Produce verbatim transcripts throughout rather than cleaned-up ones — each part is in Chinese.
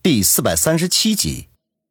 第四百三十七集。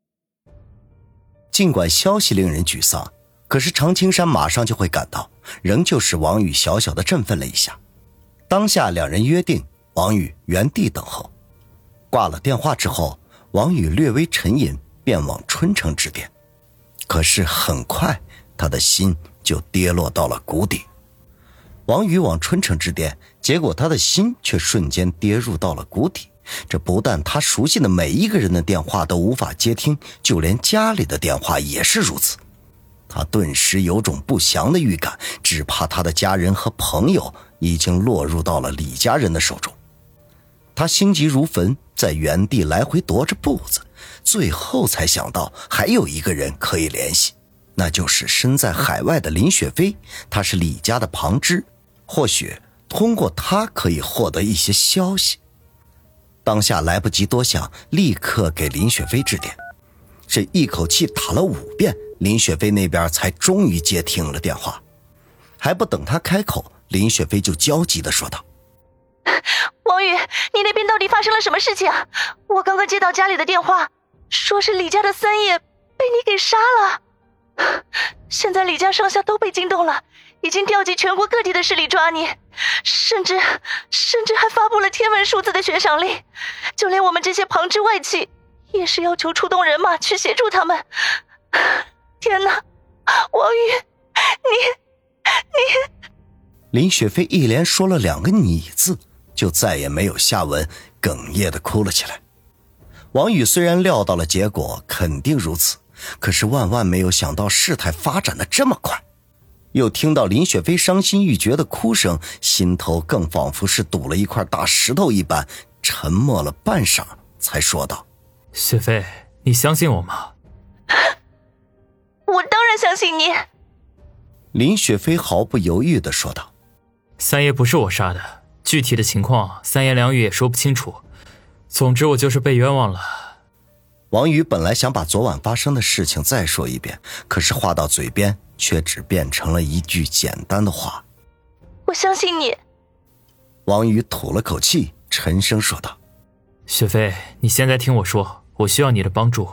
尽管消息令人沮丧，可是常青山马上就会赶到，仍旧使王宇小小的振奋了一下。当下两人约定王宇原地等候。挂了电话之后，王宇略微沉吟，便往春城致电。可是很快他的心就跌落到了谷底。王宇往春城致电，结果他的心却瞬间跌入到了谷底。这不但他熟悉的每一个人的电话都无法接听，就连家里的电话也是如此。他顿时有种不祥的预感，只怕他的家人和朋友已经落入到了李家人的手中。他心急如焚，在原地来回踱着步子，最后才想到还有一个人可以联系，那就是身在海外的林雪飞。他是李家的旁支，或许通过他可以获得一些消息。当下来不及多想，立刻给林雪飞致电。这一口气打了五遍，林雪飞那边才终于接听了电话。还不等他开口，林雪飞就焦急地说道： 王宇，你那边到底发生了什么事情啊？我刚刚接到家里的电话，说是李家的三爷被你给杀了。现在李家上下都被惊动了，已经调集全国各地的势力抓你，甚至甚至还发布了天文数字的悬赏令，就连我们这些旁支外戚也是要求出动人马去协助他们。天哪，王宇，你你林雪飞一连说了两个你字，就再也没有下文，哽咽地哭了起来。王宇虽然料到了结果肯定如此，可是万万没有想到事态发展得这么快。又听到林雪飞伤心欲绝的哭声，心头更仿佛是堵了一块大石头一般，沉默了半晌才说道： 雪飞，你相信我吗？ 我当然相信你。 林雪飞毫不犹豫地说道： 三爷不是我杀的，具体的情况三言两语也说不清楚，总之我就是被冤枉了。 王宇本来想把昨晚发生的事情再说一遍，可是话到嘴边却只变成了一句简单的话： 我相信你。 王宇吐了口气，沉声说道： 雪飞，你现在听我说，我需要你的帮助。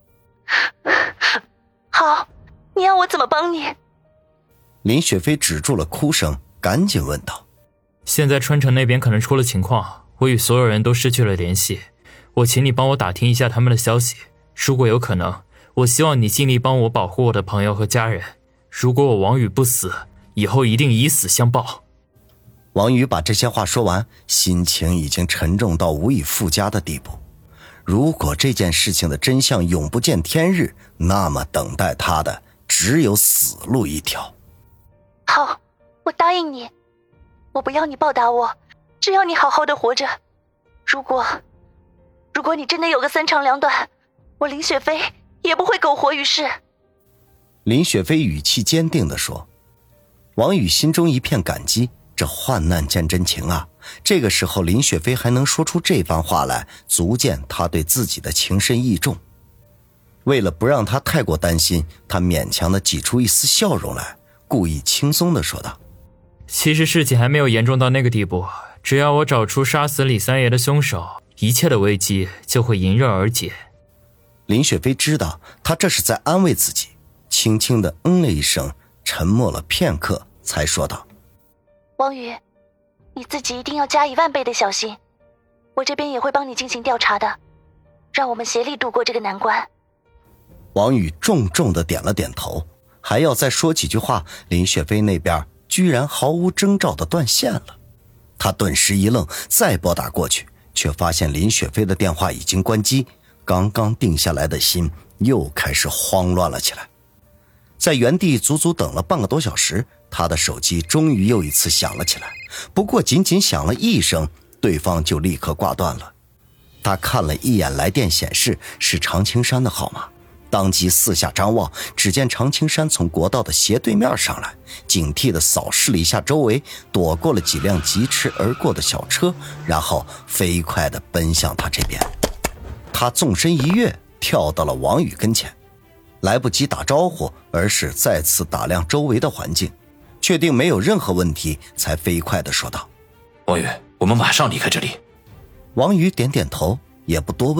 好，你要我怎么帮你？ 林雪飞止住了哭声，赶紧问道： 现在川城那边可能出了情况，我与所有人都失去了联系，我请你帮我打听一下他们的消息，如果有可能，我希望你尽力帮我保护我的朋友和家人，如果我王宇不死，以后一定以死相报。 王宇把这些话说完，心情已经沉重到无以复加的地步。如果这件事情的真相永不见天日，那么等待他的只有死路一条。 好，我答应你，我不要你报答我，只要你好好的活着。如果如果你真的有个三长两短，我林雪飞也不会苟活于世。 林雪飞语气坚定地说。王宇心中一片感激，这患难见真情啊！这个时候林雪飞还能说出这番话来，足见他对自己的情深意重。为了不让他太过担心，他勉强地挤出一丝笑容来，故意轻松地说道： 其实事情还没有严重到那个地步，只要我找出杀死李三爷的凶手，一切的危机就会迎刃而解。 林雪飞知道他这是在安慰自己，轻轻地嗯了一声，沉默了片刻才说道： 王宇，你自己一定要加一万倍的小心，我这边也会帮你进行调查的，让我们协力度过这个难关。 王宇重重地点了点头，还要再说几句话，林雪飞那边居然毫无征兆地断线了。他顿时一愣，再拨打过去，却发现林雪飞的电话已经关机，刚刚定下来的心又开始慌乱了起来。在原地足足等了半个多小时，他的手机终于又一次响了起来，不过仅仅响了一声，对方就立刻挂断了。他看了一眼来电显示是常青山的号码，当即四下张望，只见常青山从国道的斜对面上来，警惕地扫视了一下周围，躲过了几辆疾驰而过的小车，然后飞快地奔向他这边。他纵身一跃，跳到了王宇跟前，来不及打招呼，而是再次打量周围的环境，确定没有任何问题，才飞快地说道： 王宇，我们马上离开这里。 王宇点点头，也不多问，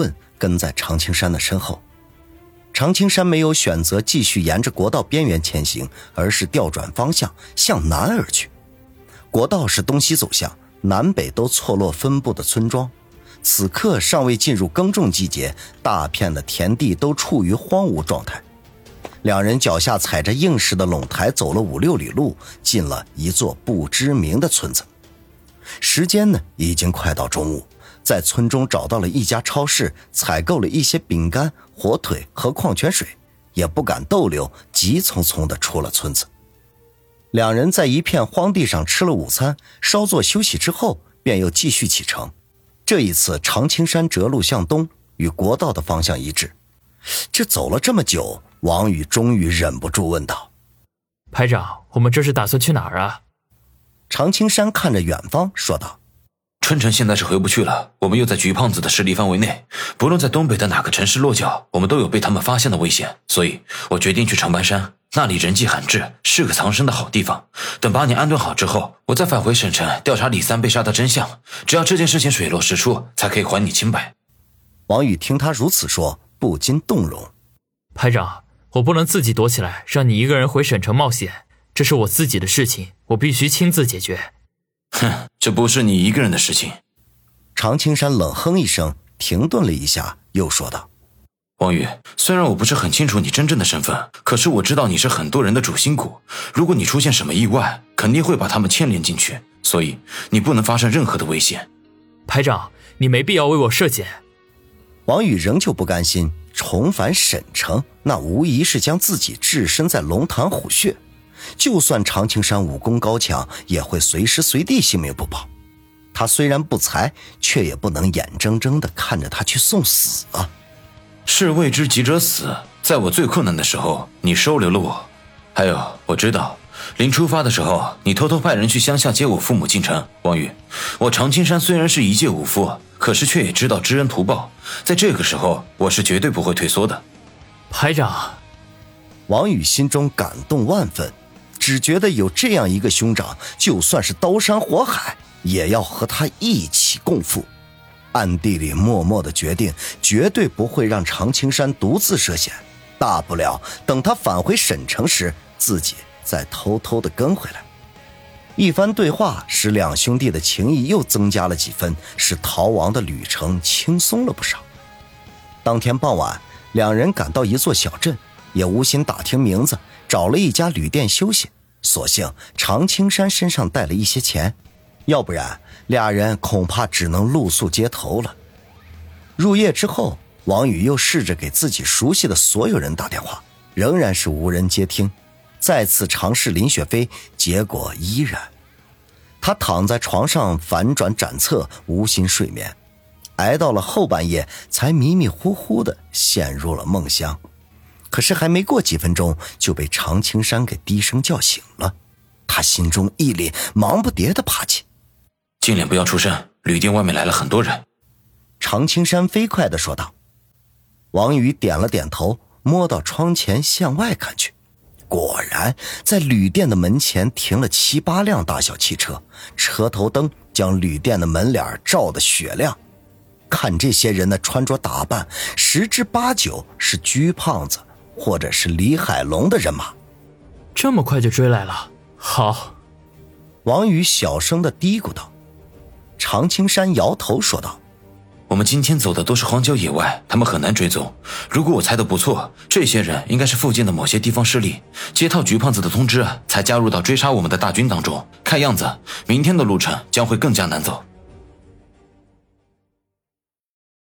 跟在常青山的身后。常青山没有选择继续沿着国道边缘前行，而是调转方向向南而去。国道是东西走向，南北都错落分布的村庄，此刻尚未进入耕种季节，大片的田地都处于荒芜状态。两人脚下踩着硬实的垄台，走了五六里路，进了一座不知名的村子。时间呢，已经快到中午，在村中找到了一家超市，采购了一些饼干、火腿和矿泉水，也不敢逗留，急匆匆地出了村子。两人在一片荒地上吃了午餐，稍作休息之后，便又继续启程。这一次常青山折路向东，与国道的方向一致。这走了这么久，王宇终于忍不住问道： 排长，我们这是打算去哪儿啊？ 常青山看着远方说道： 春城现在是回不去了，我们又在橘胖子的势力范围内，不论在东北的哪个城市落脚，我们都有被他们发现的危险，所以我决定去长白山，那里人迹罕至，是个藏身的好地方。等把你安顿好之后，我再返回省城调查李三被杀的真相，只要这件事情水落石出，才可以还你清白。 王宇听他如此说，不禁动容。 排长，我不能自己躲起来，让你一个人回省城冒险，这是我自己的事情，我必须亲自解决。 哼，这不是你一个人的事情。 常青山冷哼一声，停顿了一下，又说道： 王宇，虽然我不是很清楚你真正的身份，可是我知道你是很多人的主心骨，如果你出现什么意外，肯定会把他们牵连进去，所以你不能发生任何的危险。 排长，你没必要为我设限。 王宇仍旧不甘心，重返沈城，那无疑是将自己置身在龙潭虎穴。就算常青山武功高强，也会随时随地性命不保。他虽然不才，却也不能眼睁睁地看着他去送死啊！ 士为知己者死，在我最困难的时候，你收留了我。还有，我知道临出发的时候，你偷偷派人去乡下接我父母进城。王宇，我常青山虽然是一介武夫，可是却也知道知恩图报，在这个时候，我是绝对不会退缩的。 排长， 王宇心中感动万分，只觉得有这样一个兄长，就算是刀山火海，也要和他一起共赴。暗地里默默的决定，绝对不会让常青山独自涉险，大不了等他返回沈城时，自己再偷偷的跟回来。一番对话使两兄弟的情谊又增加了几分，使逃亡的旅程轻松了不少。当天傍晚，两人赶到一座小镇，也无心打听名字，找了一家旅店休息。所幸常青山身上带了一些钱，要不然俩人恐怕只能露宿街头了。入夜之后，王宇又试着给自己熟悉的所有人打电话，仍然是无人接听。再次尝试林雪飞，结果依然。他躺在床上反转斩侧，无心睡眠，挨到了后半夜才迷迷糊糊的陷入了梦乡。可是还没过几分钟，就被常青山给低声叫醒了。他心中一凛，忙不迭地爬起。 尽量不要出声，旅店外面来了很多人。 常青山飞快地说道。王宇点了点头，摸到窗前向外看去。果然在旅店的门前停了七八辆大小汽车，车头灯将旅店的门脸照得雪亮。看这些人的穿着打扮，十之八九是居胖子或者是李海龙的人马。 这么快就追来了，好。 王宇小声地嘀咕道。常青山摇头说道： 我们今天走的都是荒郊野外，他们很难追踪。如果我猜得不错，这些人应该是附近的某些地方势力，接到橘胖子的通知，才加入到追杀我们的大军当中。看样子，明天的路程将会更加难走。